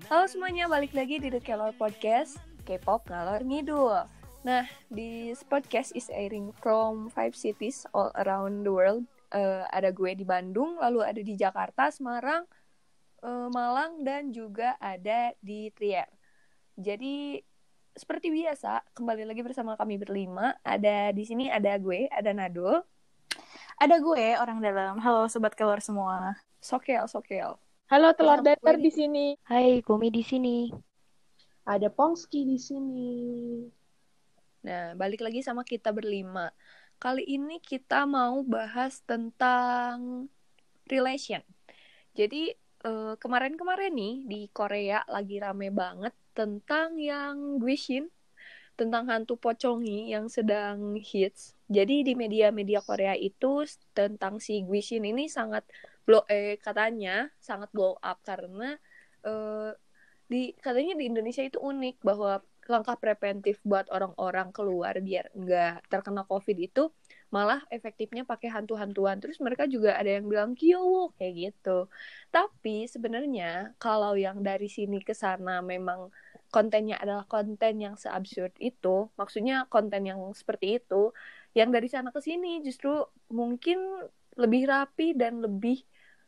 Halo semuanya, balik lagi di The Kelor Podcast, K-pop ngalor ngidul. Nah, this podcast is airing from 5 cities all around the world. Ada gue di Bandung, lalu ada di Jakarta, Semarang, Malang, dan juga ada di Trier. Jadi, seperti biasa, kembali lagi bersama kami berlima. Ada di sini ada gue, ada Nadul. Ada gue, orang dalam. Halo Sobat Kelor semua. Sokel. Halo telur Bersama dadar gue di sini. Hai, Gumi di sini. Ada Pongski di sini. Nah, balik lagi sama kita berlima. Kali ini kita mau bahas tentang relation. Jadi, kemarin-kemarin nih di Korea lagi rame banget tentang yang Gwishin, tentang hantu poconghi yang sedang hits. Jadi di media-media Korea itu tentang si Gwishin ini katanya sangat blow up karena katanya di Indonesia itu unik bahwa langkah preventif buat orang-orang keluar biar nggak terkena COVID itu malah efektifnya pakai hantu-hantuan. Terus mereka juga ada yang bilang kyo kayak gitu. Tapi sebenarnya kalau yang dari sini ke sana memang kontennya adalah konten yang seabsurd itu, maksudnya konten yang seperti itu, yang dari sana ke sini justru mungkin lebih rapi dan lebih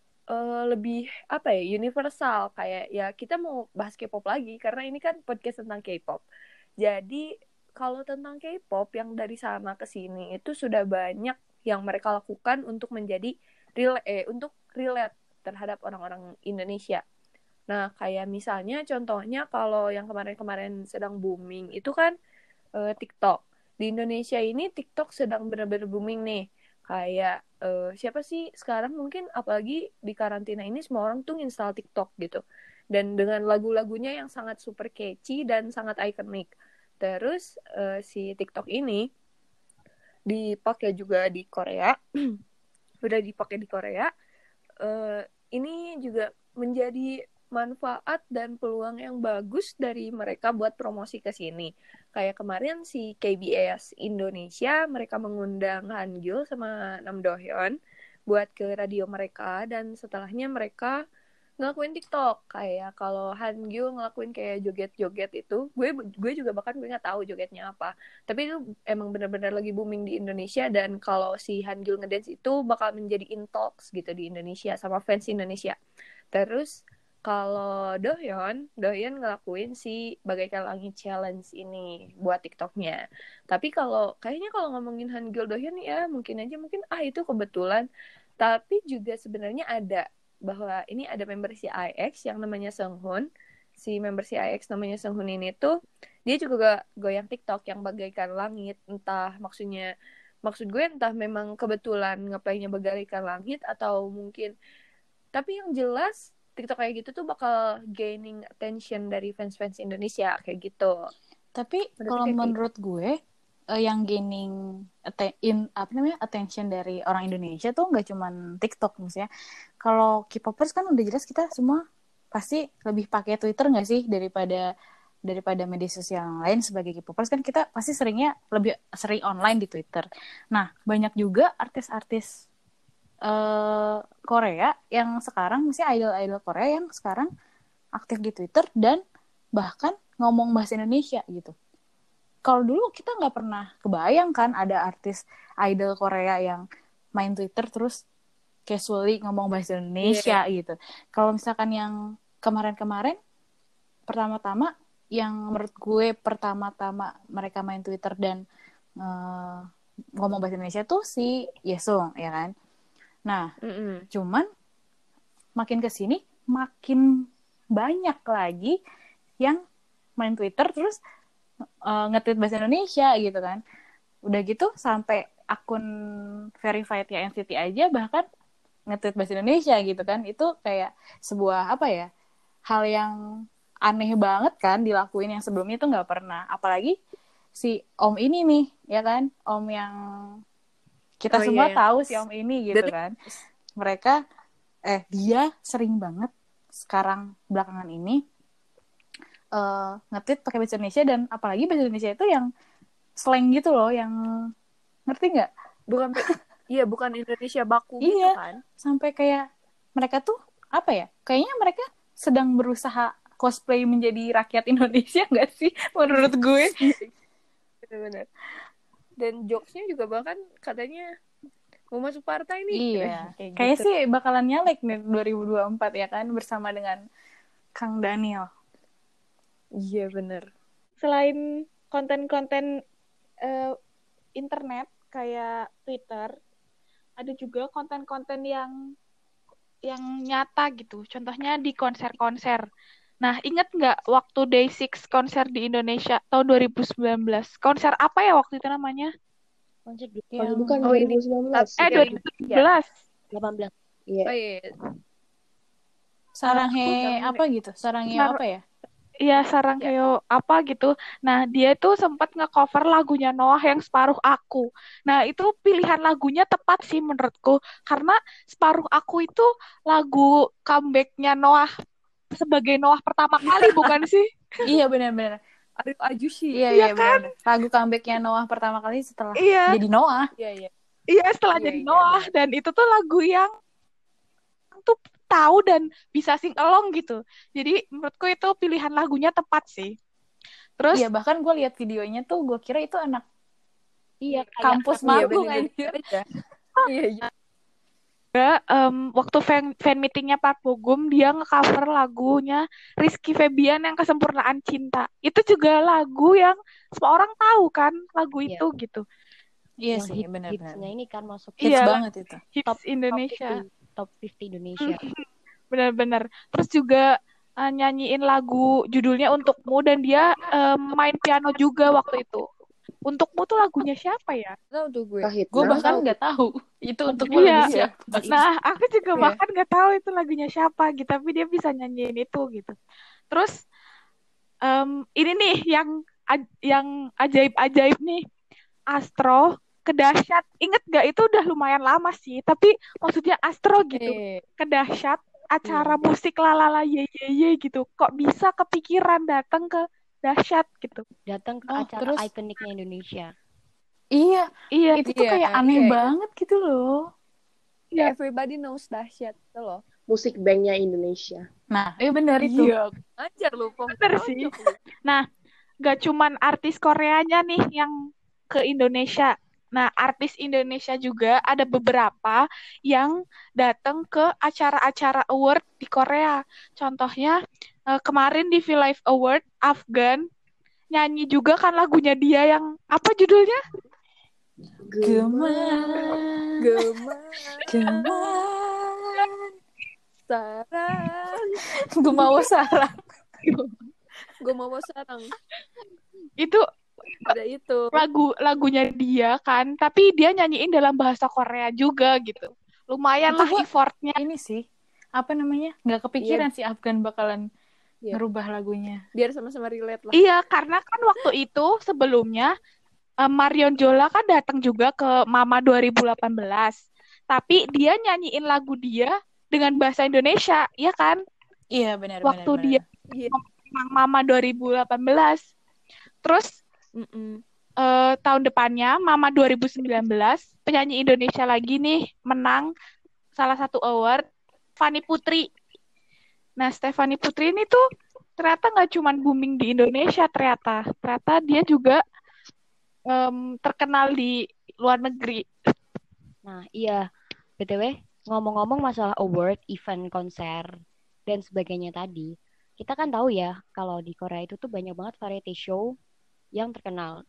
universal. Kayak ya kita mau bahas K-pop lagi karena ini kan podcast tentang K-pop. Jadi kalau tentang K-pop yang dari sana ke sini itu sudah banyak yang mereka lakukan untuk untuk relate terhadap orang-orang Indonesia. Nah, kayak misalnya contohnya kalau yang kemarin-kemarin sedang booming itu kan TikTok. Di Indonesia ini TikTok sedang benar-benar booming nih. Kayak siapa sih sekarang mungkin apalagi di karantina ini semua orang tuh install TikTok gitu. Dan dengan lagu-lagunya yang sangat super catchy dan sangat ikonik. Terus si TikTok ini dipakai juga di Korea. Udah dipakai di Korea. Ini juga menjadi manfaat dan peluang yang bagus dari mereka buat promosi ke sini. Kayak kemarin si KBS Indonesia, mereka mengundang Hangul sama Nam Dohyun buat ke radio mereka, dan setelahnya mereka ngelakuin TikTok. Kayak kalau Hangul ngelakuin kayak joget-joget itu, gue juga bahkan gue nggak tahu jogetnya apa. Tapi itu emang benar-benar lagi booming di Indonesia, dan kalau si Hangul ngedance itu bakal menjadi in talks gitu di Indonesia sama fans Indonesia. Terus kalau Dohyun ngelakuin si Bagaikan Langit Challenge ini buat TikToknya. Tapi kayaknya kalau ngomongin Hangul Dohyun ya mungkin itu kebetulan. Tapi juga sebenarnya ada bahwa ini ada member si IX yang namanya Seunghoon. Si member si IX namanya Seunghoon ini tuh dia juga goyang TikTok yang Bagaikan Langit. Maksud gue entah memang kebetulan ngeplaynya Bagaikan Langit atau mungkin, tapi yang jelas TikTok kayak gitu tuh bakal gaining attention dari fans-fans Indonesia kayak gitu. Tapi kalau menurut gue yang gaining attention dari orang Indonesia tuh nggak cuman TikTok maksudnya. Kalau K-popers kan udah jelas kita semua pasti lebih pakai Twitter nggak sih daripada media sosial yang lain. Sebagai K-popers kan kita pasti lebih sering online di Twitter. Nah, banyak juga artis-artis Korea yang sekarang, misalnya idol-idol Korea yang sekarang aktif di Twitter dan bahkan ngomong bahasa Indonesia gitu. Kalau dulu kita nggak pernah kebayang kan ada artis idol Korea yang main Twitter terus casually ngomong bahasa Indonesia gitu. Kalau misalkan yang kemarin-kemarin pertama-tama yang menurut gue pertama-tama mereka main Twitter dan ngomong bahasa Indonesia tuh si Yesung ya kan. Nah, cuman makin kesini makin banyak lagi yang main Twitter terus nge-tweet bahasa Indonesia gitu kan. Udah gitu sampai akun verified ya NCT aja bahkan nge-tweet bahasa Indonesia gitu kan. Itu kayak sebuah hal yang aneh banget kan dilakuin yang sebelumnya tuh nggak pernah. Apalagi si Om ini nih ya kan, Om yang kita semua tahu si Om ini gitu kan. Dia sering banget sekarang belakangan ini nge-tweet pakai bahasa Indonesia, dan apalagi bahasa Indonesia itu yang slang gitu loh, yang ngerti nggak? Bukan Indonesia baku gitu kan? Sampai kayak mereka tuh kayaknya mereka sedang berusaha cosplay menjadi rakyat Indonesia nggak sih menurut gue? Benar-benar. Dan jokesnya juga bahkan katanya mau masuk partai nih. Iya, Kayak kayak gitu. sih bakalan nyalek nih 2024 ya kan bersama dengan Kang Daniel. Iya benar. Selain konten-konten internet kayak Twitter, ada juga konten-konten yang nyata gitu. Contohnya di konser-konser. Nah, ingat nggak waktu Day6 konser di Indonesia tahun 2019? Konser apa ya waktu itu namanya? Konser Oh, bukan Oh, ini 2019. 2018. 18. Iya. Oh iya. Saranghe apa gitu? Saranghe apa ya? Iya, Saranghaeyo apa gitu. Nah, dia tuh sempat nge-cover lagunya Noah yang Separuh Aku. Nah, itu pilihan lagunya tepat sih menurutku. Karena Separuh Aku itu lagu comeback-nya Noah sebagai Noah pertama kali, bukan sih? Iya benar-benar. Arif Ajushi. Iya Iya kan? benar. Lagu comebacknya Noah pertama kali setelah Iya, jadi Noah. Iya, iya. iya setelah Iya, jadi iya, Noah. benar. Dan itu tuh lagu yang tuh tahu dan bisa sing along gitu. Jadi menurutku itu pilihan lagunya tepat sih. Terus Iya bahkan gue lihat videonya tuh gue kira itu anak Iya, kayak kampus Iya magung benar-benar anjir. aja. Iya, iya. waktu fan meetingnya Park Bo Gum, dia nge-cover lagunya Rizky Febian yang Kesempurnaan Cinta. Itu juga lagu yang semua orang tahu kan lagu Iya. itu gitu. Iya yang sih benar-benar. hitsnya ini kan masuk Hits Iya, banget itu. hits Indonesia. top 50 Indonesia. Benar-benar. Terus juga nyanyiin lagu judulnya Untukmu dan dia main piano juga waktu itu. Untukmu tuh lagunya siapa ya? Tahu tuh gue. Gue bahkan nggak tahu itu untuk lagu Iya. siapa. Nah, aku juga Iya. bahkan nggak tahu itu lagunya siapa gitu, tapi dia bisa nyanyiin itu gitu. Terus ini nih yang ajaib-ajaib nih, Astro Kedahsyat. Ingat gak itu udah lumayan lama sih, tapi maksudnya Astro gitu. Kedahsyat acara musik lalala ye ye ye gitu. Kok bisa kepikiran datang ke Dahsyat gitu. Datang ke Oh, acara terus? ikoniknya Indonesia. Iya, Iya, itu tuh Iya, kayak aneh kayak- banget gitu loh. Iya. Everybody knows Dahsyat itu loh. musik banknya Indonesia. Nah, iya benar itu. Iya, ajar lu. Bener sih. Nah, gak cuman artis Koreanya nih yang ke Indonesia. Nah, artis Indonesia juga ada beberapa yang datang ke acara-acara award di Korea. Contohnya kemarin di V-Live Award, Afgan nyanyi juga kan lagunya dia yang apa judulnya? Geman, Geman, sarang. gue mau sarang. Gue mau sarang. Itu Ada itu. lagunya dia kan, tapi dia nyanyiin dalam bahasa Korea juga gitu. Lumayan Itu lah gua- effortnya. Ini sih, apa namanya? Nggak kepikiran sih Afgan bakalan ngerubah lagunya. Biar sama-sama relate lah. Iya, karena kan waktu itu sebelumnya Marion Jola kan datang juga ke Mama 2018. Tapi dia nyanyiin lagu dia dengan bahasa Indonesia, ya kan? Iya benar. Waktu benar. dia Iya. Mama 2018. Terus tahun depannya Mama 2019 penyanyi Indonesia lagi nih menang salah satu award, Fanny Putri. Nah, Stefani Putri ini tuh ternyata nggak cuma booming di Indonesia, ternyata dia juga terkenal di luar negeri. Nah, iya. BTW, ngomong-ngomong masalah award, event, konser, dan sebagainya tadi, kita kan tahu ya, kalau di Korea itu tuh banyak banget variety show yang terkenal.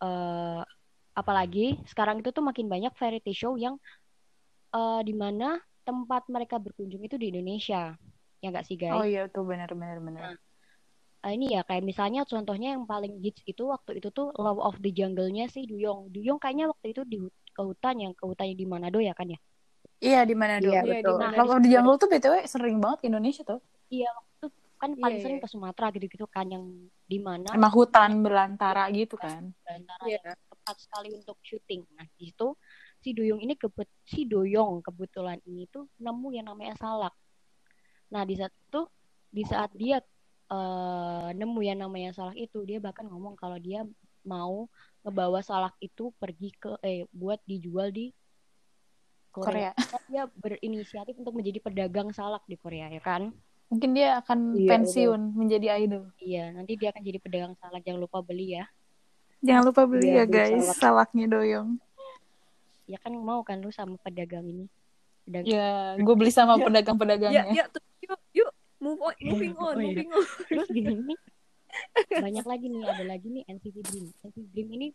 Apalagi sekarang itu tuh makin banyak variety show yang di mana tempat mereka berkunjung itu di Indonesia. Ya nggak sih, guys? Oh iya tuh benar. Ini ya kayak misalnya contohnya yang paling hits itu waktu itu tuh Love of the Jungle-nya si Duyong. Duyong kayaknya waktu itu ke hutannya di Manado ya kan ya? Iya di Manado. Iya, betul. di Manado. Love of the Jungle tuh BTW sering banget ke Indonesia tuh. Iya, waktu itu kan paling Iya, sering iya. ke Sumatera gitu-gitu kan yang di mana Emang hutan belantara gitu kan. antara Iya. yang tepat sekali untuk syuting. Nah, di situ si Doyong kebetulan ini tuh nemu yang namanya salak. Nah, di saat dia nemu yang namanya salak itu, dia bahkan ngomong kalau dia mau ngebawa salak itu pergi ke buat dijual di Korea. Dia berinisiatif untuk menjadi pedagang salak di Korea ya kan. Mungkin dia akan Iya, pensiun menjadi idol. Iya, nanti dia akan jadi pedagang salak, jangan lupa beli ya. Jangan lupa beli Iya, ya beli guys, salak. salaknya Doyong. Ya kan mau kan lu sama pedagang ini. Pedagang. Ya, gue beli sama Ya. pedagang-pedagangnya. Tuh, yuk, moving on. Oh, iya. Terus gini nih, banyak lagi nih, ada lagi nih NCT Dream. NCT Dream ini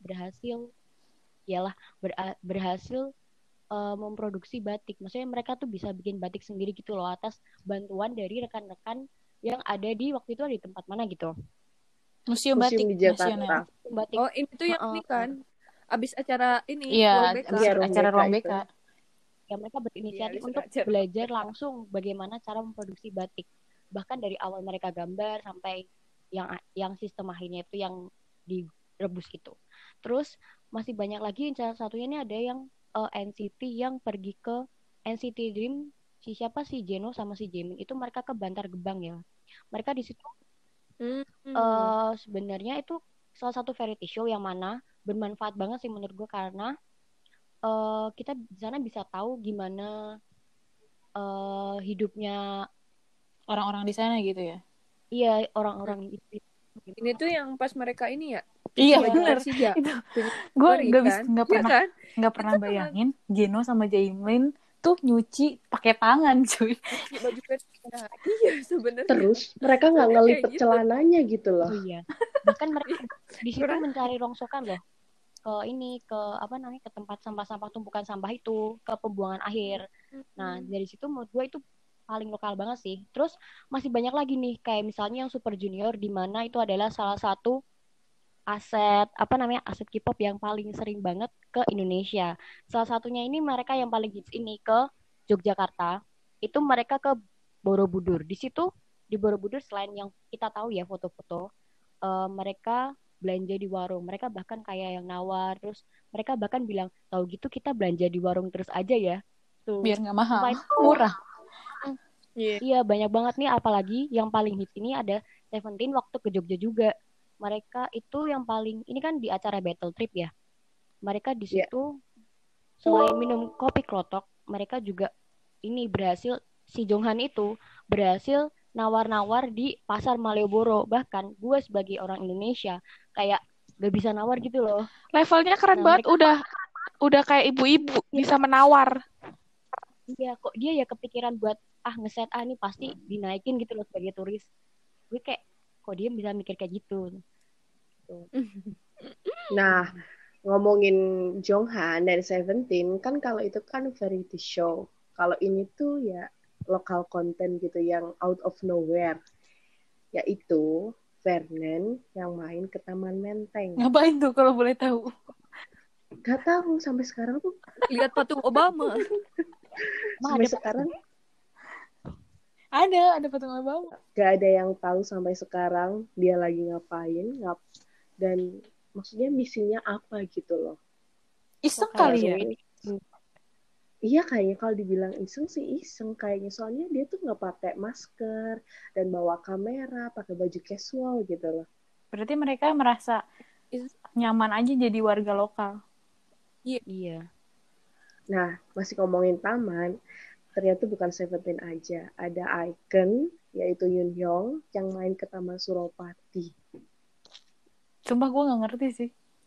berhasil memproduksi batik. Maksudnya mereka tuh bisa bikin batik sendiri gitu loh, atas bantuan dari rekan-rekan yang ada di waktu itu di tempat mana gitu. Museum Museum Batik di Jakarta. Nasional. Batik. Oh, ini tuh yang ini kan. Abis acara ini, Iya, Ruang BK. abis Iya, Ruang acara BK Ruang itu. BK. Ya, mereka berinisiatif Iya, untuk disengaja. belajar langsung bagaimana cara memproduksi batik. Bahkan dari awal mereka gambar sampai yang sistem akhirnya itu yang direbus gitu. Terus masih banyak lagi, salah satunya ini ada yang NCT yang pergi ke NCT Dream, siapa sih Jeno sama si Jaemin itu mereka ke Bantar Gebang ya. Mereka di situ sebenarnya itu salah satu variety show yang mana bermanfaat banget sih menurut gue, karena kita di sana bisa tahu gimana hidupnya Orang-orang di sana gitu ya. iya orang-orang itu. Ini tuh yang pas mereka ini ya. Iya, baju bener. Persija. Itu Punya gue story, nggak kan? nggak Iya pernah kan? nggak pernah bayangin Jeno sama Jaemin tuh nyuci pakai tangan, cuy. Pakai baju Persija. Iya sebenarnya. Terus mereka nggak Sebenarnya ngelipet kayak gitu. celananya gitu loh. Oh iya. Bahkan mereka di situ Kurang. mencari rongsokan loh. Ke apa namanya, ke tempat sampah-sampah, tumpukan sampah itu, ke pembuangan akhir. Nah, dari situ menurut gue itu paling lokal banget sih. Terus masih banyak lagi nih, kayak misalnya yang Super Junior, di mana itu adalah salah satu aset K-pop yang paling sering banget ke Indonesia. Salah satunya ini mereka yang paling hits ini ke Yogyakarta. Itu mereka ke Borobudur. Di situ di Borobudur selain yang kita tahu ya foto-foto, mereka belanja di warung. Mereka bahkan kayak yang nawar, terus mereka bahkan bilang, tahu gitu kita belanja di warung terus aja ya. Tuh. Biar nggak mahal, Sumpah itu murah. Iya, banyak banget nih, apalagi yang paling hits ini ada Seventeen waktu ke Jogja juga. Mereka itu yang paling, ini kan di acara Battle Trip ya. Mereka di situ selain minum kopi klotok, mereka juga ini berhasil, si Jonghan itu berhasil nawar-nawar di pasar Malioboro. Bahkan gue sebagai orang Indonesia kayak gak bisa nawar gitu loh. Levelnya keren Nah, banget, udah kayak ibu-ibu bisa menawar. Iya, kok dia ya kepikiran buat ngeset nih pasti dinaikin gitu loh sebagai turis. Gue kayak kok dia bisa mikir kayak gitu. Nah, ngomongin Jonghan dari Seventeen, kan kalau itu kan variety show. Kalau ini tuh ya lokal content gitu yang out of nowhere. Yaitu Vernon yang main ke Taman Menteng. Ngapain tuh kalau boleh tahu? Gak tahu sampai sekarang tuh. Lihat patung Obama. Sampai sekarang Ada patung Obama. gak ada yang tahu sampai sekarang dia lagi ngapain, dan maksudnya misinya apa gitu loh. Iseng Oh, kali ya. Iya, kayaknya kalau dibilang iseng sih iseng kayaknya, soalnya dia tuh nggak pakai masker dan bawa kamera, pakai baju casual gitu loh. Berarti mereka merasa nyaman aja jadi warga lokal. Iya. Nah, masih ngomongin taman, ternyata bukan Seventeen aja, ada Icon yaitu Yoon Hyung yang main ke Taman Suropati. Sumpah gue nggak ngerti sih.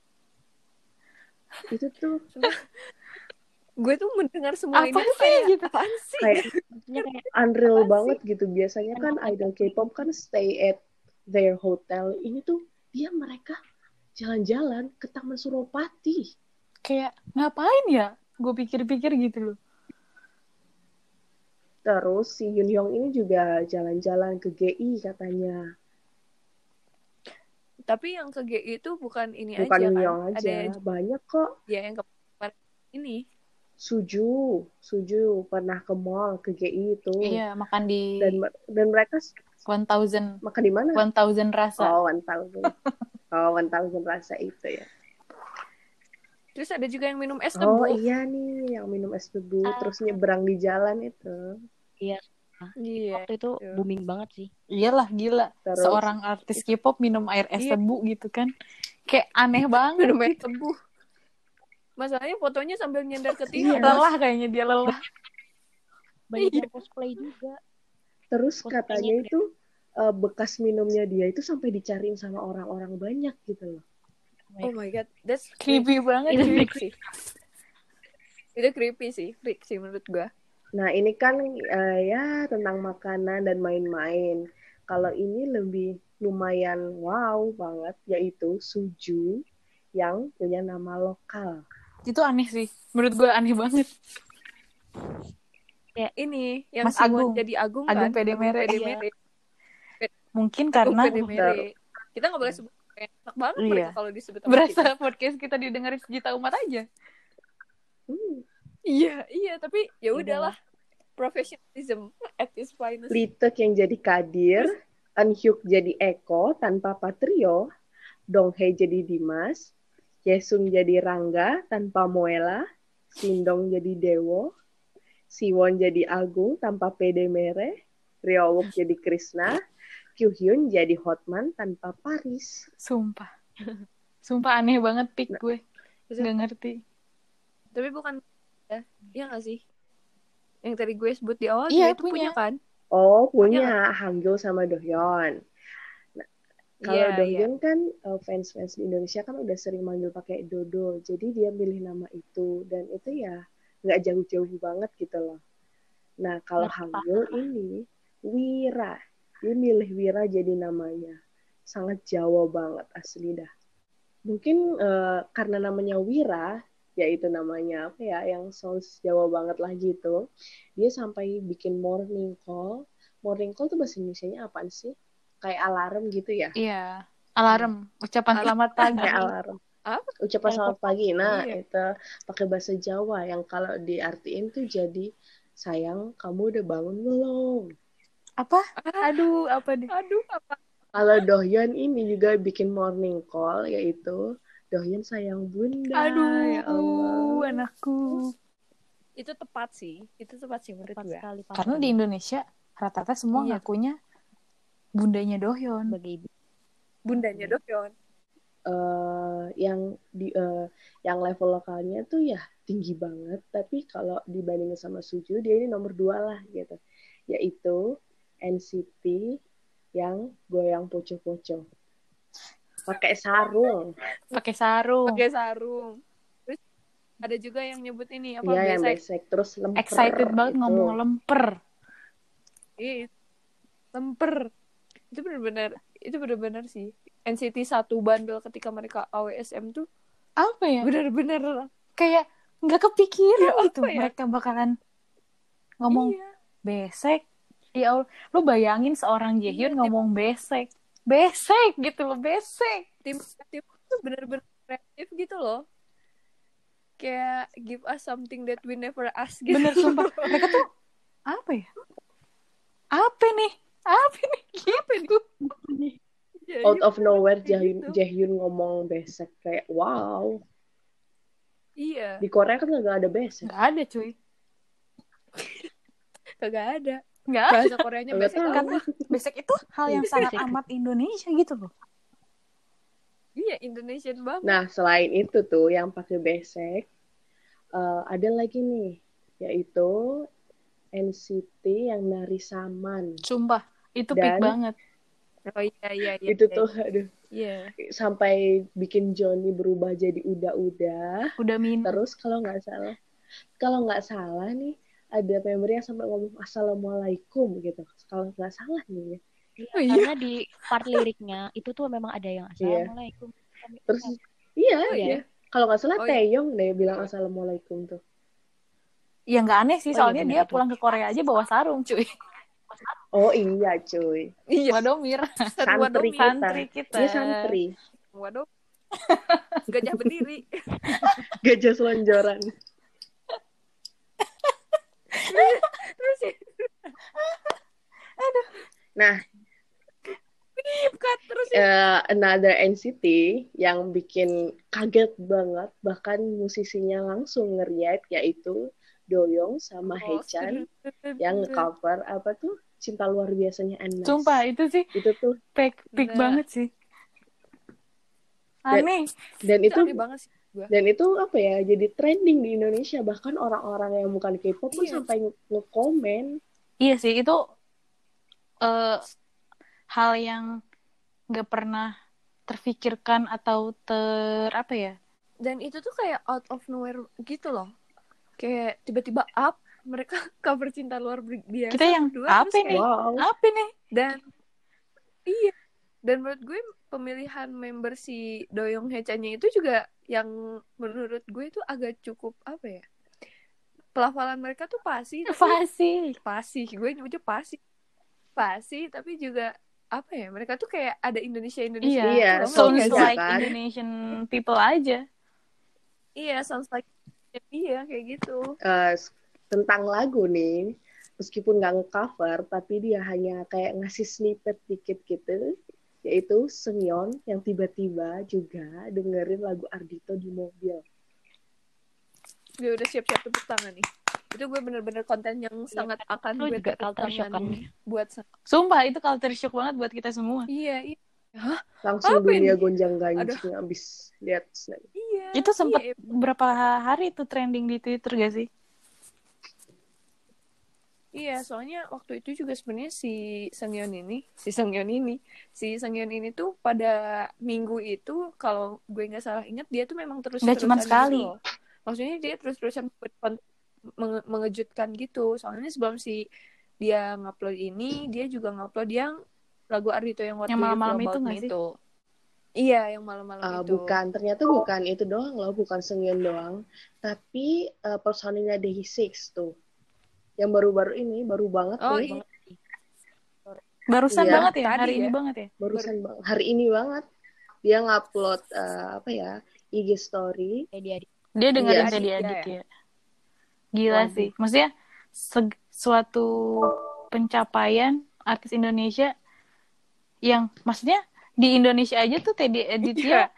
Itu tuh Gue tuh mendengar semua Apa ini tuh sih kayak gitu? apaan sih? kayak unreal Apa banget gitu. Biasanya kan idol K-pop kan stay at their hotel. Ini tuh mereka jalan-jalan ke Taman Suropati. Kayak ngapain ya? Gue pikir-pikir gitu loh. Terus si Yoon Hyung ini juga jalan-jalan ke GI katanya. Tapi yang ke GI itu bukan ini Bukan aja Yoon kan? Hyung aja, Ada banyak kok. ya yang kemarin ini. Suju pernah ke mall, ke GI itu. Iya, makan di dan mereka 1000 makan di mana? 1000 rasa. Oh, 1000. Oh, 1000 rasa itu ya. Terus ada juga yang minum es Oh tebu. iya nih, yang minum es tebu terus nyebrang di jalan itu. Iya. Iya. Waktu itu booming banget sih. Iyalah, gila. Terus Seorang artis K-pop minum air es tebu gitu kan. Kayak aneh banget. Minum es tebu. Masalahnya fotonya sambil nyender ke Iya, tiang. lelah kayaknya dia lelah. Banyak yang cosplay juga. Terus Fotonya katanya itu bekas minumnya dia itu sampai dicariin sama orang-orang banyak gitu loh. Oh my god, that's Creepy banget Itu cuy. freak sih. Itu creepy sih, freak sih menurut gue. Nah, ini kan ya tentang makanan dan main-main. Kalau ini lebih lumayan wow banget, yaitu suju yang punya nama lokal. Itu aneh sih. Menurut gue aneh banget. Ini yang Mas Simon Agung. jadi Agung Agung kan? PD Agung Mere. PD Iya. Mere. Mungkin Agung karena PD Mere. Kita nggak boleh sebut enak banget Iya. mereka kalau disebut sama berasa kita. podcast kita didengarin sejuta umat aja. Iya, tapi ya udahlah. Professionalism at its finest. Litek yang jadi Kadir, Eunhyuk jadi Eko tanpa Patrio, Donghae jadi Dimas, Yesung jadi Rangga tanpa Moela, Sindong jadi Dewo, Siwon jadi Agung tanpa PD Mere, Ryeowook jadi Krishna, Kyuhyun jadi Hotman tanpa Paris. Sumpah. Sumpah aneh banget pick gue. Nggak ngerti. Tapi bukan ya, iya nggak sih? Yang tadi gue sebut di awal Iya, dia itu punya kan? Oh, punya Hangul sama Dohyeon. Nah, kalau Iya, Dohyeon kan fans-fans di Indonesia kan udah sering manggil pakai Dodo, jadi dia milih nama itu dan itu ya nggak jauh-jauh banget gitu loh. Nah, kalau Hangul ini Wira, dia milih Wira jadi namanya, sangat Jawa banget asli dah. Mungkin karena namanya Wira, yaitu namanya apa ya, yang sounds Jawa banget lah gitu. Dia sampai bikin morning call. Morning call tuh bahasa Indonesianya apaan sih? Kayak alarm gitu ya? Iya. Alarm. Ucapan selamat pagi. Kayak alarm. Apa? Ucapan selamat pagi. Nah, Iya. itu pakai bahasa Jawa yang kalau diartiin tuh jadi, sayang, kamu udah bangun belum? Apa? Aduh, apa nih? Aduh, apa? Kalau Dohyeon ini juga bikin morning call, yaitu Dohyeon sayang bunda. Aduh, Ya Allah. anakku. Itu tepat sih menurut Tepat gue. sekali Pak. Karena di Indonesia rata-rata semua Iya. ngakunya bundanya Dohyeon. sebagai ibu. Bundanya Dohyeon. Yang level lokalnya tuh ya tinggi banget, tapi kalau dibandingin sama Suju dia ini nomor 2 lah gitu, yaitu NCT yang goyang poco-poco pakai sarung. Pakai sarung. Pakai sarung. Terus ada juga yang nyebut ini apa Iya, yang besek. besek terus lemper. Excited banget gitu. ngomong lemper. Iya. Lemper. Itu benar-benar sih. NCT 1 bandel ketika mereka AWSM tuh Apa ya? benar-benar Kayak nggak kepikiran Ya, gitu apa ya? mereka bakalan ngomong iya. besek. Ya Allah, lu bayangin seorang Jaehyun Iya, ngomong besek gitu loh, besek. Tim tuh benar-benar kreatif gitu loh. Kayak give us something that we never ask gitu. Bener sumpah. Mereka tuh apa ya? Apa nih? Gitu. Ya, Out iya, of nowhere gitu. Jaehyun ngomong besek, kayak wow. Iya, Di Korea kan nggak ada besek. Nggak ada cuy. kagak ada. Nggak ada. Bahasa Koreanya Nggak besek tahu. apa? Karena besek itu hal yang sangat amat Indonesia gitu loh. Iya, Indonesian banget. Nah, selain itu tuh yang pakai besek, ada lagi nih, yaitu NCT yang nari saman. Sumpah, itu Dan peak banget. Oh iya. Itu tuh, aduh, Iya. sampai bikin Johnny berubah jadi udah-udah. Udah Terus kalau nggak salah nih, ada member yang sampai ngomong assalamualaikum gitu. Kalau nggak salah nih. Iya, Oh, iya. karena di part liriknya itu tuh memang ada yang assalamualaikum. Terus iya. Kalau nggak salah Oh, iya. Taeyong deh bilang assalamualaikum tuh. Ya nggak aneh sih, Oh, iya, soalnya bener dia itu. pulang ke Korea aja bawa sarung cuy. Oh iya cuy. Iya. Wadomir. Santri kita. Santri kita. Dia santri. Waduh. Gajah berdiri. Gajah selonjoran. Terus ya, Nah, cut terus ya. another NCT yang bikin kaget banget, bahkan musisinya langsung nge-react, yaitu Doyoung sama Haechan yang cover apa tuh Cinta Luar Biasanya Anas. Sumpah itu sih Itu tuh, peak Nah. banget sih. Aneh. dan itu Aneh banget sih gua. dan itu apa ya, jadi trending di Indonesia, bahkan orang-orang yang bukan K-pop pun Iya. sampai nge-komen. Iya sih, itu eh, hal yang nggak pernah terfikirkan atau apa ya? Dan itu tuh kayak out of nowhere gitu loh. Kayak tiba-tiba up mereka cover Cinta Luar Biasa Kita yang berdua, apa terus nih? kayak Wow. Apa nih? dan iya, dan menurut gue pemilihan member si Doyoung Hae-chan-nya itu juga yang menurut gue itu agak cukup apa ya, pelafalan mereka tuh pasti gue nyebutnya pasti tapi juga apa ya, mereka tuh kayak ada Indonesia Iya, Iya, gitu loh, sounds sounds ngerti gak sih? like kan? Indonesian people aja. Iya, sounds like iya kayak gitu. Tentang lagu nih, meskipun nggak nge-cover, tapi dia hanya kayak ngasih snippet dikit gitu, yaitu Seungyeon yang tiba-tiba juga dengerin lagu Ardhito di mobil. Gue udah siap-siap tepuk tangan nih. Itu gue bener-bener konten yang sangat akan Lu gue juga tepuk culture shock tangan kan? buat Sumpah itu culture shock banget buat kita semua. iya. Hah? Langsung Apa dunia ini? gonjang-ganjing abis lihat snap. Iya. Itu sempat iya. berapa hari itu trending di Twitter gak sih? Iya, soalnya waktu itu juga sebenarnya si Seungyeon ini tuh pada minggu itu kalau gue nggak salah ingat dia tuh memang Nggak cuma sekali. gitu loh. Maksudnya dia terus-terusan mengejutkan gitu. Soalnya sebelum dia ngupload ini, dia juga ngupload yang lagu Ardhito yang What Yang Do You Feel malam-malam itu About nggak Me sih? itu. Iya, yang malam-malam itu. Ternyata bukan itu doang loh, bukan Seungyeon doang, tapi personilnya Day6 tuh. Yang baru-baru ini, baru banget Oh, nih. iya. Barusan Iya. banget ya, Tadi hari ini ya. banget ya. Barusan hari ini banget. Dia ngupload IG story. Dia dengerin Iya. Teddy Iya, Adik ya. ya. Gila Waduh. sih. Maksudnya suatu pencapaian artis Indonesia yang maksudnya di Indonesia aja tuh Teddy Aditya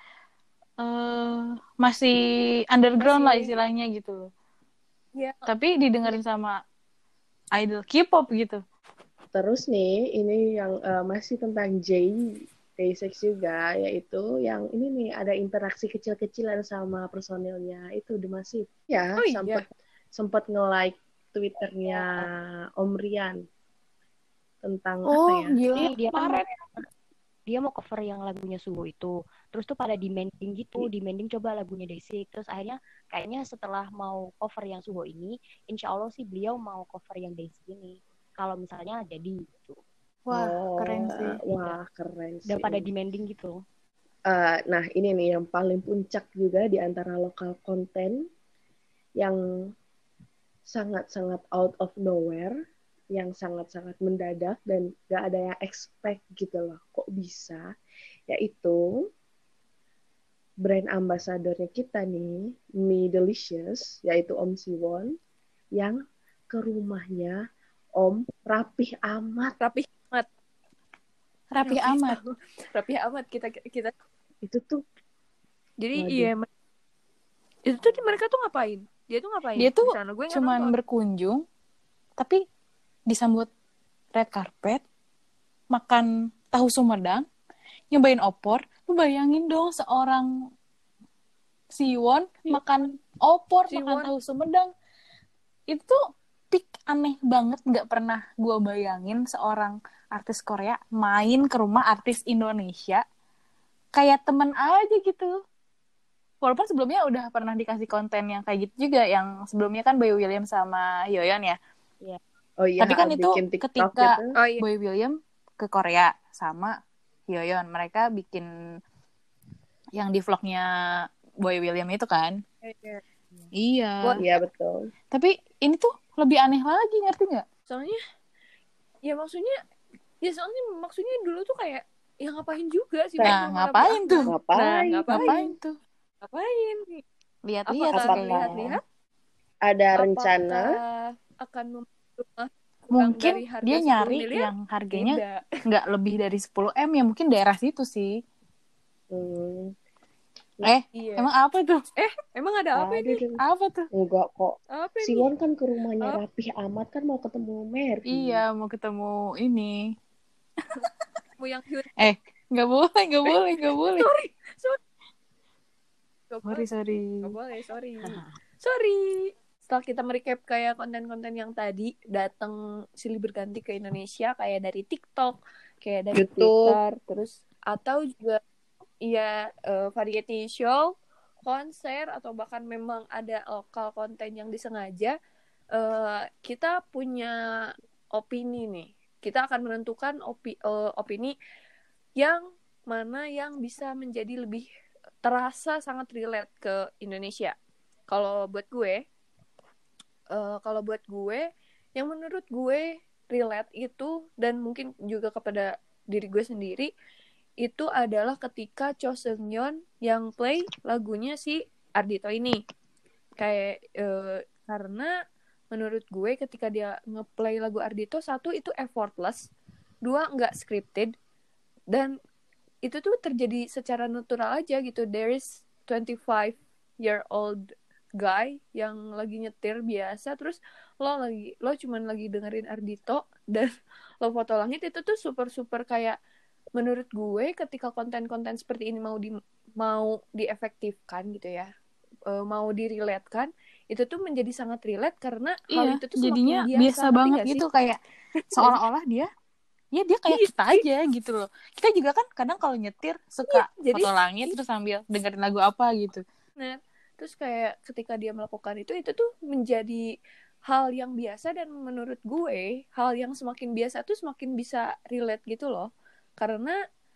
masih underground lah istilahnya gitu. Iya. Tapi didengerin sama idol K-pop gitu. Terus nih, ini yang masih tentang Day6 juga, yaitu yang ini nih ada interaksi kecil-kecilan sama personilnya itu The Massive. Ya, Oh, iya. sempat nge-like Twitternya Om Rian tentang apa ya? Gila. Dia kan dia mau cover yang lagunya Suho itu. Terus tuh pada demanding gitu, demanding coba lagunya Day6. Terus akhirnya kayaknya setelah mau cover yang Suho ini, insya Allah sih beliau mau cover yang Day6 ini. Kalau misalnya jadi gitu. Wah, keren sih. Wah, keren sih. Udah pada demanding gitu. Nah, ini nih yang paling puncak juga di antara lokal konten yang sangat-sangat out of nowhere, yang sangat-sangat mendadak dan gak ada yang expect gitu loh, kok bisa, yaitu brand ambasadornya kita nih, Mi Delicious, yaitu Om Siwon, yang ke rumahnya Om rapih amat. Rapih amat kita Itu tuh jadi waduh. iya, itu tuh mereka tuh ngapain? Dia tuh Dia di sana? Gue nggak cuman nonton. berkunjung, tapi disambut red carpet, makan tahu Sumedang, nyobain opor. Lu bayangin dong seorang Siwon makan opor, makan tahu Sumedang. Itu tuh peak aneh banget, nggak pernah gue bayangin seorang artis Korea main ke rumah artis Indonesia kayak temen aja gitu. Walaupun sebelumnya udah pernah dikasih konten yang kayak gitu juga, yang sebelumnya kan Boy William sama Hyoyeon ya. Oh iya, Tapi kan itu ketika gitu. Boy William ke Korea sama Hyoyeon, mereka bikin yang di vlognya Boy William itu kan. Iya. Iya betul. Tapi ini tuh lebih aneh lagi, ngerti nggak? Soalnya dulu tuh kayak ya ngapain juga sih? Nah, ngapain tuh? Ngapain tuh? Ngapain? Lihat-lihat Apakah sih lihat-lihat? Ada rencana? Akan rumah mungkin dari harga dia 10 nyari miliar? yang harganya nggak lebih dari 10 M, ya mungkin daerah situ sih. Iya. Emang apa tuh? Emang ada apa ini? Apa tuh? Enggak kok. Apa ini? Siwon kan ke rumahnya rapih amat kan mau ketemu Mary. Iya, mau ketemu ini. Mau yang Hyun. Nggak boleh. Sorry. Sorry. Nggak boleh, sorry. setelah kita merecap kayak konten-konten yang tadi datang silih berganti ke Indonesia kayak dari TikTok, kayak dari YouTube. Twitter, terus atau juga variety show, konser, atau bahkan memang ada lokal konten yang disengaja, kita punya opini nih. Kita akan menentukan opini yang mana yang bisa menjadi lebih terasa sangat relate ke Indonesia. Kalau buat gue, yang menurut gue relate itu, dan mungkin juga kepada diri gue sendiri, itu adalah ketika Cho Seung-yeon yang play lagunya si Ardhito ini. Kayak karena menurut gue ketika dia ngeplay lagu Ardhito, satu itu effortless, dua nggak scripted, dan itu tuh terjadi secara natural aja gitu. There is 25-year-old guy yang lagi nyetir biasa, terus lo cuman lagi dengerin Ardhito dan lo foto langit. Itu tuh super kayak, menurut gue ketika konten-konten seperti ini mau diefektifkan gitu ya, mau direlatekan, itu tuh menjadi sangat relate karena hal itu tuh jadinya semakin biasa banget gitu, kayak seolah-olah dia kayak kita aja gitu loh. Kita juga kan kadang kalau nyetir suka foto langit terus sambil dengerin lagu apa gitu. Nah, terus kayak ketika dia melakukan itu tuh menjadi hal yang biasa, dan menurut gue hal yang semakin biasa tuh semakin bisa relate gitu loh. Karena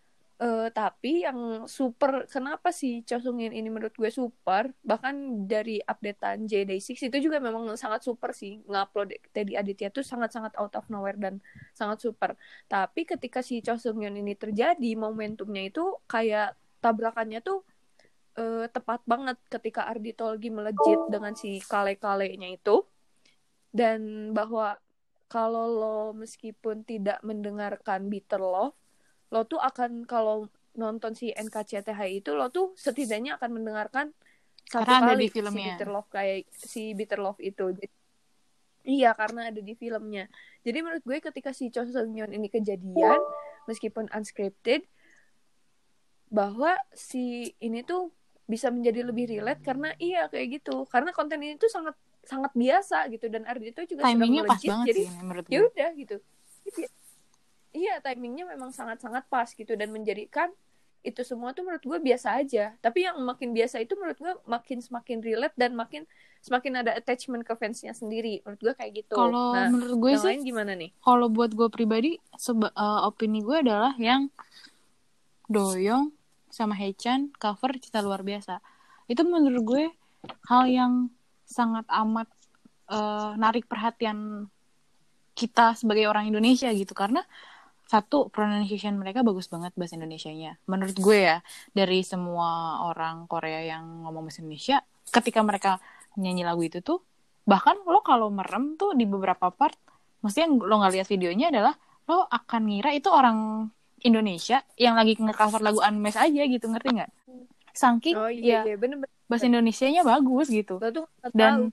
tapi yang super, kenapa sih Cho Seung-yeon ini menurut gue super, bahkan dari updatean J-Day6 itu juga memang sangat super sih. Ngupload Teddy Aditya tuh sangat-sangat out of nowhere dan sangat super. Tapi ketika si Cho Seung-yeon ini terjadi, momentumnya itu kayak tabrakannya tuh tepat banget ketika Ardhito lagi melejit dengan si kale-kalenya itu. Dan bahwa kalau lo meskipun tidak mendengarkan Bitter Love, lo tuh akan, kalau nonton si NKCTH itu, lo tuh setidaknya akan mendengarkan satu karena kali ada di filmnya. si Bitter Love, kayak si Bitter Love itu. Iya, karena ada di filmnya. Jadi menurut gue ketika si Cho Seung-yeon ini kejadian, meskipun unscripted, bahwa si ini tuh bisa menjadi lebih relate karena kayak gitu. Karena konten ini tuh sangat sangat biasa gitu, dan Ardhito juga timingnya sedang pas melejit, banget jadi sih menurut gue. Ya udah gitu. Iya, timingnya memang sangat-sangat pas gitu, dan menjadikan itu semua tuh menurut gue biasa aja. Tapi yang makin biasa itu menurut gue semakin relate, dan semakin ada attachment ke fansnya sendiri. Menurut gue kayak gitu. Kalau menurut gue yang sih, lain gimana nih? Kalau buat gue pribadi, opini gue adalah yang Doyoung sama Haechan cover Cinta Luar Biasa. Itu menurut gue hal yang sangat amat narik perhatian kita sebagai orang Indonesia gitu, karena satu, pronunciation mereka bagus banget bahasa Indonesianya. Menurut gue ya, dari semua orang Korea yang ngomong bahasa Indonesia, ketika mereka nyanyi lagu itu tuh, bahkan lo kalau merem tuh di beberapa part, maksudnya lo nggak lihat videonya adalah lo akan ngira itu orang Indonesia yang lagi nge-cover lagu Unmesh aja gitu, ngerti nggak? Saking iya, bener-bener bahasa Indonesianya bagus gitu. Dan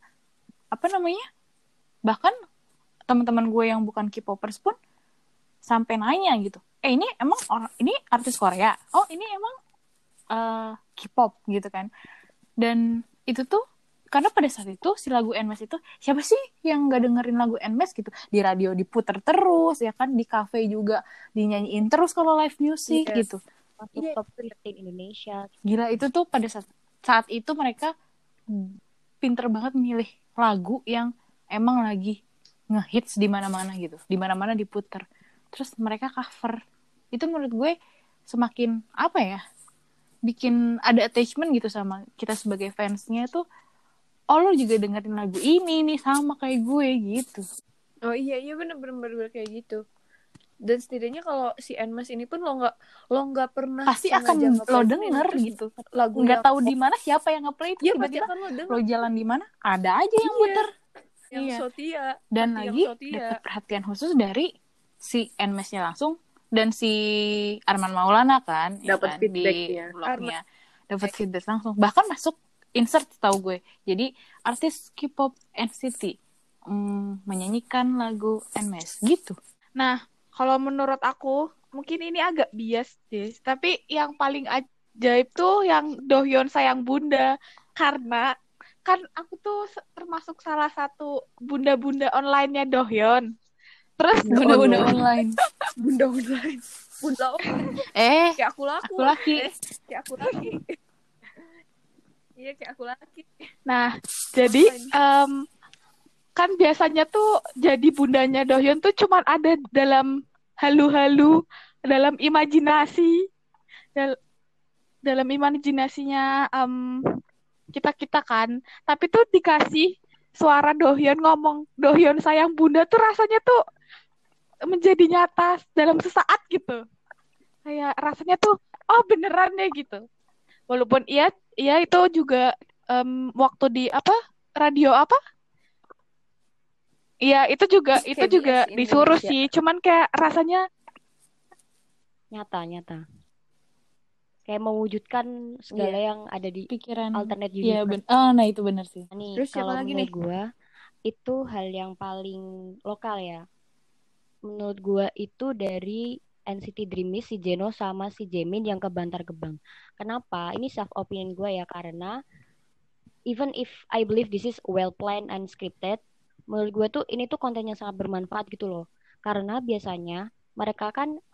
bahkan teman-teman gue yang bukan K-popers pun sampai nanya gitu, ini emang ini artis Korea? Oh, ini emang K-pop gitu kan. Dan itu tuh karena pada saat itu si lagu Unmesh itu, siapa sih yang nggak dengerin lagu Unmesh gitu? Di radio diputer terus ya kan, di cafe juga dinyanyiin terus kalau live music gitu. Masuk top 13 Indonesia. Gila, itu tuh pada saat itu mereka pinter banget milih lagu yang emang lagi ngehits di mana-mana gitu, di mana-mana diputer. Terus mereka cover. Itu menurut gue semakin bikin ada attachment gitu sama kita sebagai fansnya tuh. Oh, lo juga dengerin lagu ini nih sama kayak gue gitu. Oh iya bener kayak gitu. Dan setidaknya kalau si Unmesh ini pun lo nggak pernah pasti akan lo denger gitu. Lagu nggak tahu di mana siapa yang nge-play itu, tiba-tiba lo jalan di mana ada aja yang muter. Yang Sotia. Dan lagi dapat perhatian khusus dari si Unmesh-nya langsung, dan si Arman Maulana kan dapat feedbacknya di vlognya, dapat feedback langsung, bahkan masuk insert tahu gue. Jadi artis K-pop NCT menyanyikan lagu Unmesh gitu. Nah, kalau menurut aku mungkin ini agak bias deh, tapi yang paling ajaib tuh yang Dohyeon sayang bunda, karena kan aku tuh termasuk salah satu bunda-bunda online-nya Dohyeon. Terus Bunda-bunda online. Bunda online. Bunda online. Kayak aku laku. Aku laki. Kayak aku laki. Iya, kayak aku laki. nah, jadi kan biasanya tuh jadi bundanya Dohyeon tuh cuman ada dalam halu-halu, dalam imajinasi, dalam imajinasinya kita kan. Tapi tuh dikasih suara Dohyeon ngomong Dohyeon sayang bunda tuh rasanya tuh menjadi nyata dalam sesaat gitu. Kayak rasanya tuh oh beneran deh gitu. Walaupun iya itu juga waktu di radio apa? Iya itu juga KBS disuruh Indonesia. sih. Cuman kayak rasanya Nyata. Kayak mewujudkan segala yang ada di Pikiran. alternate Iya, universe. nah itu benar sih. Nih, Terus siapa kalau lagi menurut nih? gue itu hal yang paling lokal ya. Menurut gue itu dari NCT Dreamies, si Jeno sama si Jaemin yang ke Bantar Gebang. Kenapa? Ini self opinion gue ya, karena even if I believe this is well planned and scripted, menurut gue tuh ini tuh konten yang sangat bermanfaat gitu loh. Karena biasanya mereka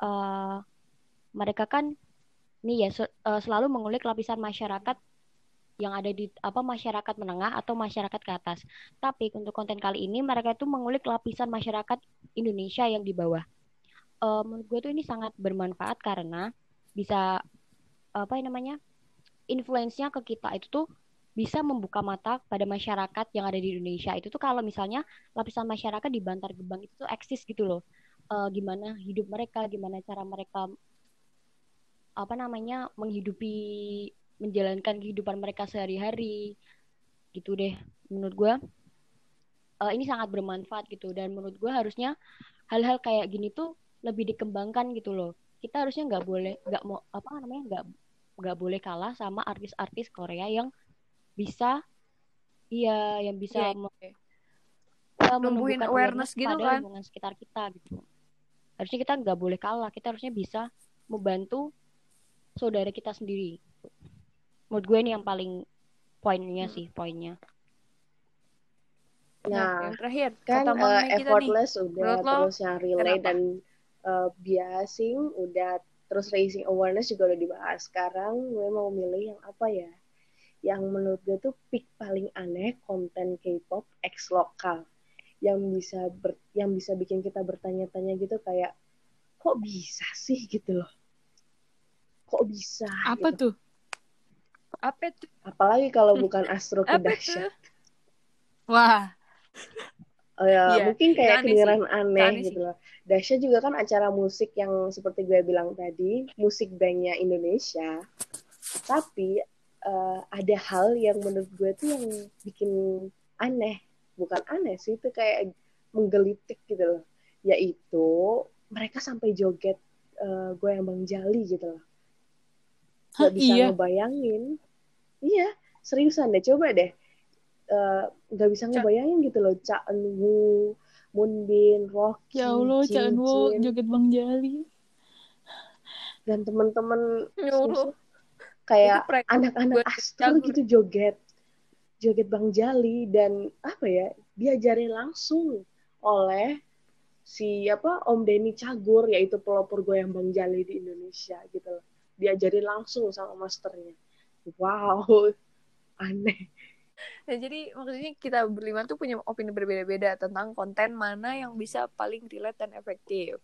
kan nih ya selalu mengulik lapisan masyarakat yang ada di masyarakat menengah atau masyarakat ke atas. Tapi untuk konten kali ini mereka itu mengulik lapisan masyarakat Indonesia yang di bawah. Menurut gue tuh ini sangat bermanfaat karena bisa influence-nya ke kita itu tuh bisa membuka mata pada masyarakat yang ada di Indonesia. Itu tuh kalau misalnya lapisan masyarakat di Bantar Gebang itu tuh eksis gitu loh. Gimana hidup mereka, gimana cara mereka menjalankan kehidupan mereka sehari-hari gitu deh. Menurut gue ini sangat bermanfaat gitu, dan menurut gue harusnya hal-hal kayak gini tuh lebih dikembangkan gitu loh. Kita harusnya nggak boleh kalah sama artis-artis Korea yang bisa Numbuhin menumbuhkan awareness gitu pada kan. lingkungan sekitar kita gitu. Harusnya kita nggak boleh kalah, kita harusnya bisa membantu saudara kita sendiri. Menurut gue ini yang paling poinnya. Nah, yang terakhir kan kata Mang Mei kita nih. effortless udah, Menurut lo, terus yang relay kenapa? dan biasing udah, terus raising awareness juga udah dibahas. Sekarang gue mau milih yang apa ya? Yang menurut gue tuh peak paling aneh konten K-pop X lokal yang bisa bikin kita bertanya-tanya gitu, kayak kok bisa sih gitu loh. Kok bisa Apa gitu. tuh? Apa tuh? Apalagi kalau bukan Astro Apa Kedahsyat. Wah, Iya, mungkin itu kayak aneh kedengeran sih. aneh Aneh gitu sih. loh. Dahsyat juga kan acara musik yang seperti gue bilang tadi, musik banknya Indonesia. Tapi ada hal yang menurut gue tuh yang bikin aneh. Bukan aneh sih, itu kayak menggelitik gitu loh. Yaitu mereka sampai joget goyang Bang Jali gitu loh. Gak bisa ngebayangin. Iya, seriusan deh, coba deh. Gak bisa ngebayangin gitu loh. Cha Eun-woo, Moonbin, Rocky, ya Allah, Cha Eun-woo Jin, joget Bang Jali. dan temen-temen Nyuruh. kayak Itu anak-anak Astro gitu joget Bang Jali, dan apa ya, diajarin langsung oleh si Om Denny Cagur, yaitu pelopor goyang Bang Jali di Indonesia gitu loh. Diajarin langsung sama masternya. Wow, aneh. Nah, jadi maksudnya kita berlima tuh punya opini berbeda-beda tentang konten mana yang bisa paling relate dan efektif.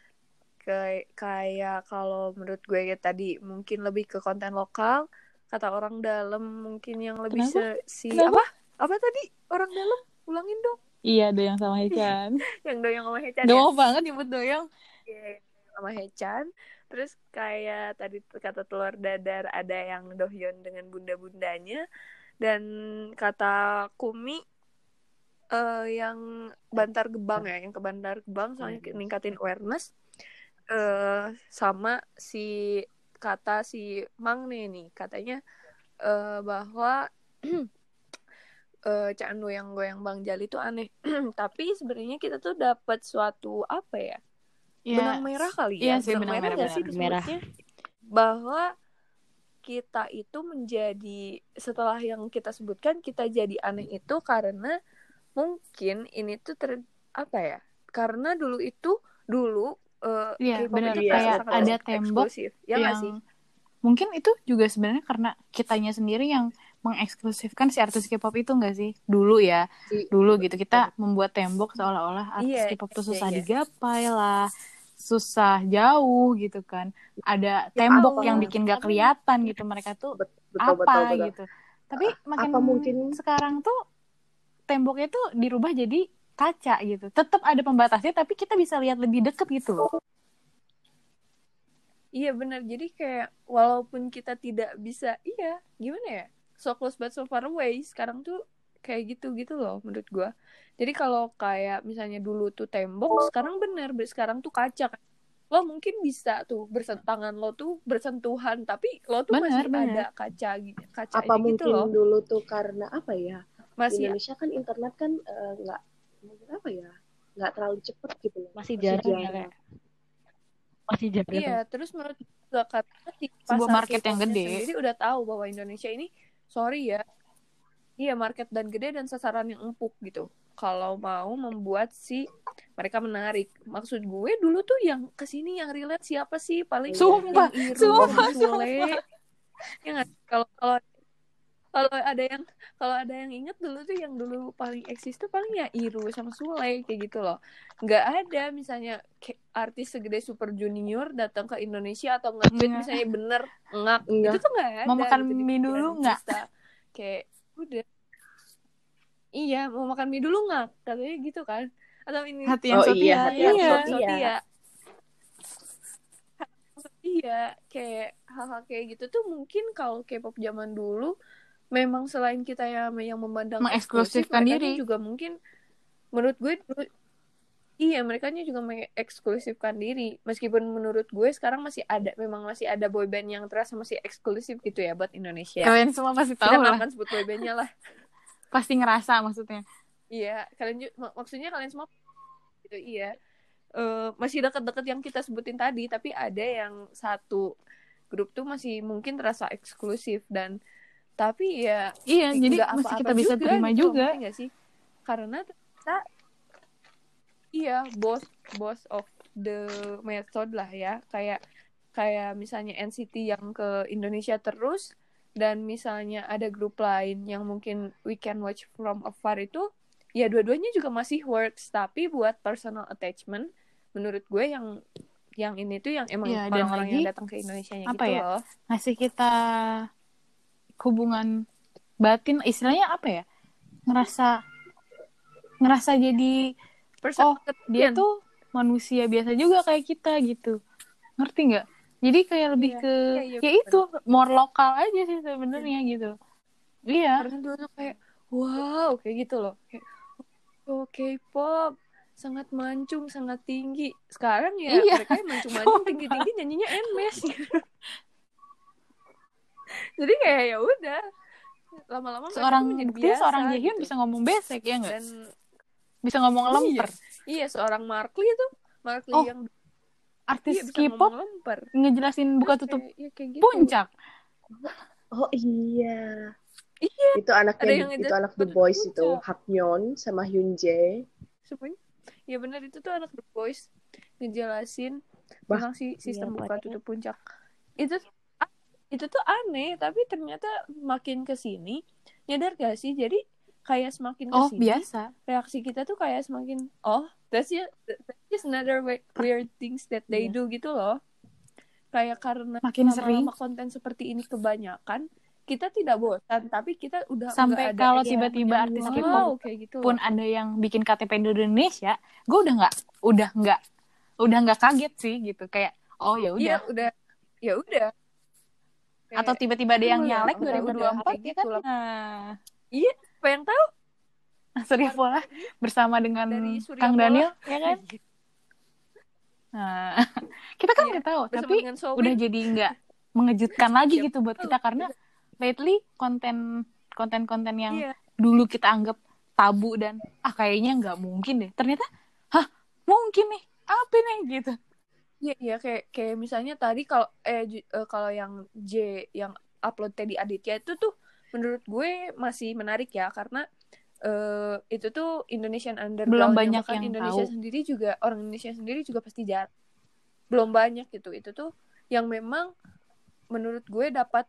Kayak kalau menurut gue tadi mungkin lebih ke konten lokal, kata orang dalam mungkin yang lebih apa tadi orang dalam, ulangin dong. Iya, Doyong sama Hechan. Yang Doyong sama Hechan Gak ya. mau banget nyebut Doyong. Iya, sama Hechan. Terus kayak tadi kata telur dadar ada yang Dohyeon dengan bunda-bundanya, dan kata Kumi yang Bantar Gebang ya, yang ke Bantar Gebang soalnya ningkatin awareness. Sama si Mang nih katanya bahwa Cha Eun-woo yang goyang Bang Jali itu aneh. Tapi sebenarnya kita tuh dapat suatu apa ya? Benang merah kali ya. Iya sih, benang merah nggak sih merah. disebutnya? Bahwa kita itu menjadi, setelah yang kita sebutkan, kita jadi aneh itu karena mungkin ini tuh apa ya? Karena dulu Iya, K-pop benar. itu Iya, Kayak sangat ada tembok eksklusif, ya nggak sih? yang mungkin itu juga sebenarnya karena kitanya sendiri yang mengeksklusifkan si artis K-pop itu nggak sih? Dulu ya, dulu gitu kita membuat tembok seolah-olah artis Iya, K-pop tuh susah iya. digapai lah, susah jauh gitu kan. Ada Ya, tembok apa? yang bikin gak kelihatan gitu mereka tuh Betul. gitu. Tapi makin Apa mungkin sekarang tuh temboknya tuh dirubah jadi kaca gitu. Tetap ada pembatasnya tapi kita bisa lihat lebih deket gitu loh. Iya benar. Jadi kayak walaupun kita tidak bisa, gimana ya? So close but so far away. Sekarang tuh kayak gitu loh menurut gue. Jadi kalau kayak misalnya dulu tuh tembok, sekarang benar. Sekarang tuh kaca. Lo mungkin bisa tuh tangan lo tuh bersentuhan, tapi lo tuh Bener. ada kacanya apa gitu mungkin loh. dulu tuh karena apa ya? Di Masih Indonesia kan internet kan nggak apa ya? Nggak terlalu cepet gitu loh. Masih jarang ya kayak. Masih jarang. iya, terus menurut gue karena di Sebuah pasar market yang K-popnya gede. sendiri udah tahu bahwa Indonesia ini, sorry ya, iya market dan gede dan sasaran yang empuk gitu. Kalau mau membuat mereka menarik. Maksud gue dulu tuh yang kesini yang relate siapa sih? Paling Sumpah, yang Iru, sumpah. Sule. Ya nggak? Kalau ada yang inget dulu tuh yang dulu paling eksis tuh paling ya Iru sama Sule kayak gitu loh. Nggak ada misalnya artis segede Super Junior datang ke Indonesia atau nge-tweet misalnya bener ngak. Itu tuh nggak ada. Mau makan gitu, mie dulu nggak? Kayak udah. Iya, mau makan mie dulu nggak? Katanya gitu kan? Atau ini Hati yang setia. Sotia. Iya, kayak hal-hal kayak gitu tuh mungkin kalau K-pop zaman dulu memang selain kita yang memandang mengeksklusifkan diri juga mungkin menurut gue dulu, iya mereka juga mengeksklusifkan diri. Meskipun menurut gue sekarang masih ada boyband yang terasa masih eksklusif gitu ya buat Indonesia. Kalian semua pasti tahu kita lah. Kita akan sebut boybandnya lah. Pasti ngerasa maksudnya. Iya, maksudnya kalian semua gitu, iya. Masih dekat-dekat yang kita sebutin tadi, tapi ada yang satu grup tuh masih mungkin terasa eksklusif tapi ya iya, jadi masih kita bisa terima juga nggak sih? Karena kita boss of the method lah ya, kayak misalnya NCT yang ke Indonesia terus, dan misalnya ada grup lain yang mungkin we can watch from afar itu, ya dua-duanya juga masih works, tapi buat personal attachment menurut gue yang ini tuh yang emang ya, orang-orang yang datang ke Indonesianya apa gitu ya, loh. ngasih kita hubungan batin, istilahnya apa ya, ngerasa jadi dia tuh manusia biasa juga kayak kita gitu, ngerti nggak? Jadi kayak lebih itu more lokal aja sih sebenarnya gitu. Iya. Karena dulu tuh kayak wow kayak gitu loh, kayak K-pop sangat mancung, sangat tinggi. Sekarang ya mereka yang mancung-mancung tinggi-tinggi nyanyinya Nmes gitu. Jadi kayak ya udah, lama-lama seorang Jaehyun gitu. bisa ngomong besek ya nggak? Dan bisa ngomong lemper. Iya, seorang Markly yang artis K-pop ngejelasin buka tutup kayak gitu. puncak. Oh iya. Iya. Itu anak The Boys puncak. Itu Hakyeon sama Hyunjae. Semuanya. Ya benar, itu tuh anak The Boys ngejelasin tentang sistem buka tutup puncak. Itu tuh aneh, tapi ternyata makin kesini nyadar gak sih? Jadi kayak semakin kesini biasa. Reaksi kita tuh kayak semakin that's just another weird things that they do gitu loh. Kayak karena makin sering konten seperti ini kebanyakan, kita tidak bosan, tapi kita udah sampai kalau tiba-tiba artis K-pop kayak gitu pun ada yang bikin KTP di Indonesia, gue udah nggak kaget sih gitu, kayak ya udah. Atau tiba-tiba ada yang nyalek 2024 ya kan? Iya, apa yang tahu? Surya Pola bersama dengan Kang Daniel, ya kan? Nah, kita kan nggak tahu, tapi udah jadi nggak mengejutkan lagi gitu buat kita, karena lately konten yang dulu kita anggap tabu dan kayaknya nggak mungkin deh, ternyata mungkin nih, apa nih gitu. Iya kayak misalnya tadi kalau yang upload Teddy Aditya itu tuh menurut gue masih menarik ya, karena itu tuh Indonesian Belum underground, banyak bahkan yang Indonesia tahu. sendiri juga, orang Indonesia sendiri juga pasti belum banyak gitu. Itu tuh yang memang menurut gue dapat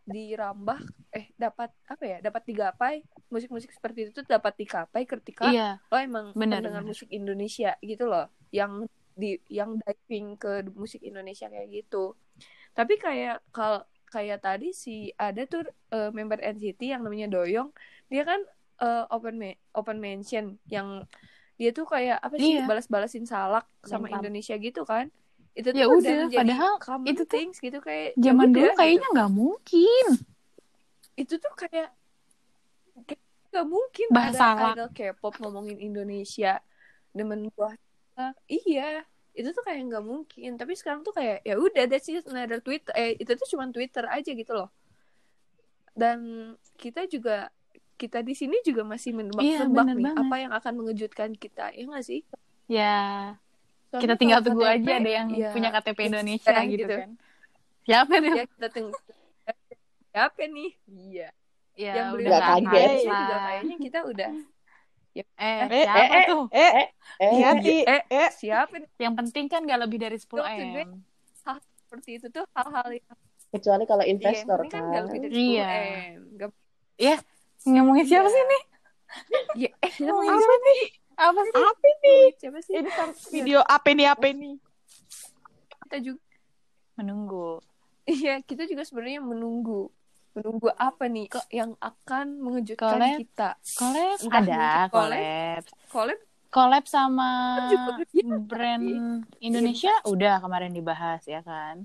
digapai, musik-musik seperti itu tuh dapat digapai ketika Iya, lo emang benar, pendengar benar. musik Indonesia gitu loh, yang diving ke musik Indonesia kayak gitu. Tapi kayak tadi ada tuh member NCT yang namanya Doyoung, dia kan open mention yang dia tuh kayak apa sih, Iya. balas-balasin salak sama Lempam. Indonesia gitu kan. Itu Ya tuh udah udah, menjadi padahal common itu tuh things gitu, kayak zaman ya dulu udah, kayaknya gitu. nggak mungkin. Itu tuh kayak nggak mungkin Bahas ada salak. idol K-pop ngomongin Indonesia, demen buah salak. Iya, itu tuh kayak nggak mungkin. Tapi sekarang tuh kayak ya udah, that's just another Twitter. Itu tuh cuma Twitter aja gitu loh. Dan kita di sini juga masih Iya, menebak bener nih banget. apa yang akan mengejutkan kita, ya nggak sih? Ya, Soalnya kita tinggal kalau tunggu KTP, aja ada yang ya, punya KTP ya, Indonesia gitu kan. Siapa tuh? Ya kita tunggu. Siapa nih? Iya. Ya, Yang beli udah nggak nggak kaget. hype Indonesia juga lah. kayaknya kita udah. Siapa tuh? Hati-hati. Siapa nih? Yang penting kan nggak lebih dari 10 Maksud gue, M. hal seperti itu tuh hal-hal yang Kecuali kalau yang investor penting kan nggak lebih dari 10 Iya. M. Nggak- Ya, ngomongin siapa Iya. sih nih? Ya, Ngomongin siapa nih? Apa sih? Apa nih? siapa sih? Ini kan video apa nih? Kita juga, Menunggu. iya, kita juga sebenarnya menunggu apa nih yang akan mengejutkan Collab. kita. Collab Entah ada, mungkin collab. collab Collab sama juga iya, brand tapi- Indonesia udah kemarin dibahas ya kan.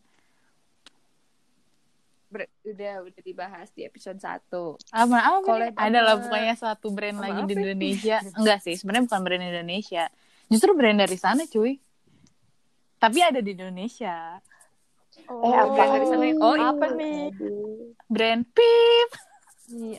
udah dibahas di episode 1. Apa Collab ada lah sama- pokoknya suatu brand sama lagi di apa? Indonesia. Enggak sih, sebenarnya bukan brand Indonesia. Justru brand dari sana, cuy. Tapi ada di Indonesia. apa brand dari sana. Oh, apa itu. nih? Brand Pip. Iya.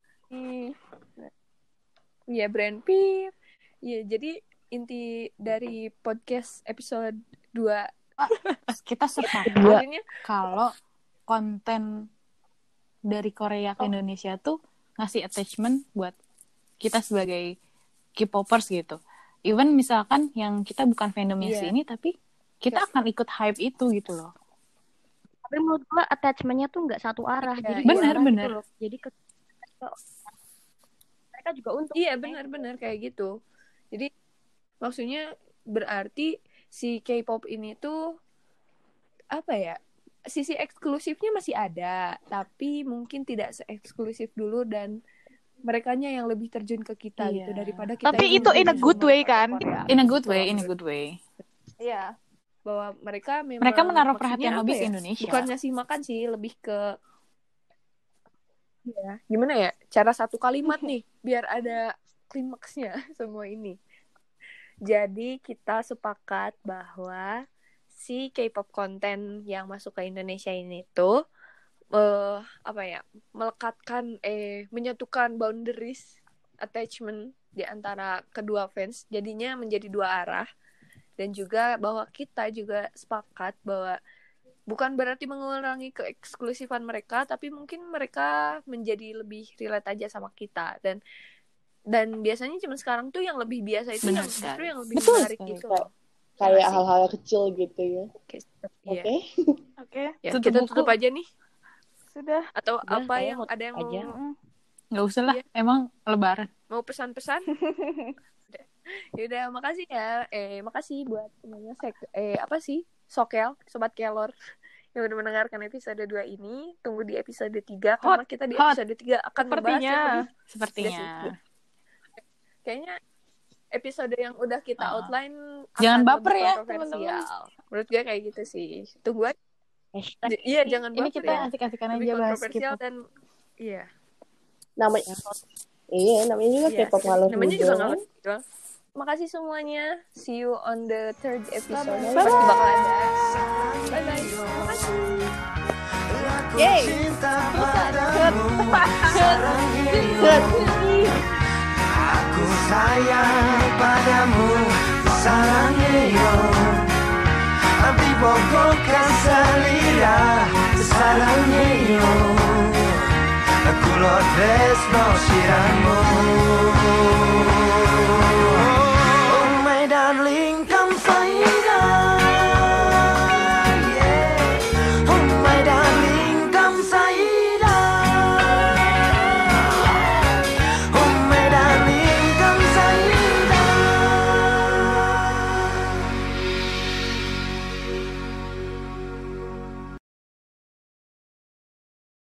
Iya, brand Pip. Iya, jadi inti dari podcast episode 2 Kita sepakat maksudnya kalau konten dari Korea ke Indonesia tuh ngasih attachment buat kita sebagai K-popers gitu. Even misalkan yang kita bukan fandomnya Iya. sini, tapi kita akan ikut hype itu gitu loh. Tapi menurut gue attachment-nya tuh nggak satu arah. Iya, Jadi iya. dua arah gitu Bener. loh. Jadi mereka juga untung. iya benar-benar kayak gitu. Jadi maksudnya berarti si K-pop ini tuh apa ya? Sisi eksklusifnya masih ada, tapi mungkin tidak se-eksklusif dulu, dan merekanya yang lebih terjun ke kita Iya. gitu daripada kita. Tapi yang itu in a terjun good sama way, Korea. kan? In a good way. Iya. Bahwa mereka memang Mereka menaruh maksudnya perhatian apa lebih ya? ke Indonesia. Bukan ngasih makan sih, lebih ke ya, gimana ya? Cara satu kalimat nih biar ada klimaksnya semua ini. Jadi kita sepakat bahwa si K-pop konten yang masuk ke Indonesia ini tuh menyatukan boundaries attachment di antara kedua fans, jadinya menjadi dua arah. Dan juga bahwa kita juga sepakat bahwa bukan berarti mengurangi keeksklusifan mereka, tapi mungkin mereka menjadi lebih relate aja sama kita. Dan biasanya cuma sekarang tuh yang lebih biasa itu Benar yang sekali. justru yang lebih Betul menarik sekali. gitu loh. kayak Iya sih. hal-hal kecil gitu ya. Oke. Oke. Oke, Ya, Tutup kita buku. tutup aja nih. sudah. Atau Udah, apa kayaknya yang mau ada yang aja. Nggak usah lah, Iya. emang lebaran. mau pesan-pesan? Yaudah, makasih ya. Makasih buat semuanya. Sokel, Sobat Kelor yang udah mendengarkan episode 2 ini. Tunggu di episode 3 karena kita di hot. episode 3 akan membahas yang lebih Sepertinya. kayaknya episode yang udah kita outline Jangan akan baper lebih ya, kontroversial. Menurut gue kayak gitu sih. Tunggu aja. Hashtag Iya, jangan Ini baper kita ya. asik-asikan Lebih aja bahas kontroversial K-pop. dan iya. Namanya juga Iya, K-pop ngalur namanya juga ngidul. ngalur ngidul. Makasih semuanya. See you on the 3rd episode. Bye-bye. Pasti bakal ada. Bye-bye. Makasih. Yeay. Aku sayang padamu, sarangnya Abi bogo kasalira, sarangnya Tresno sirahmu. Oh my darling, come fly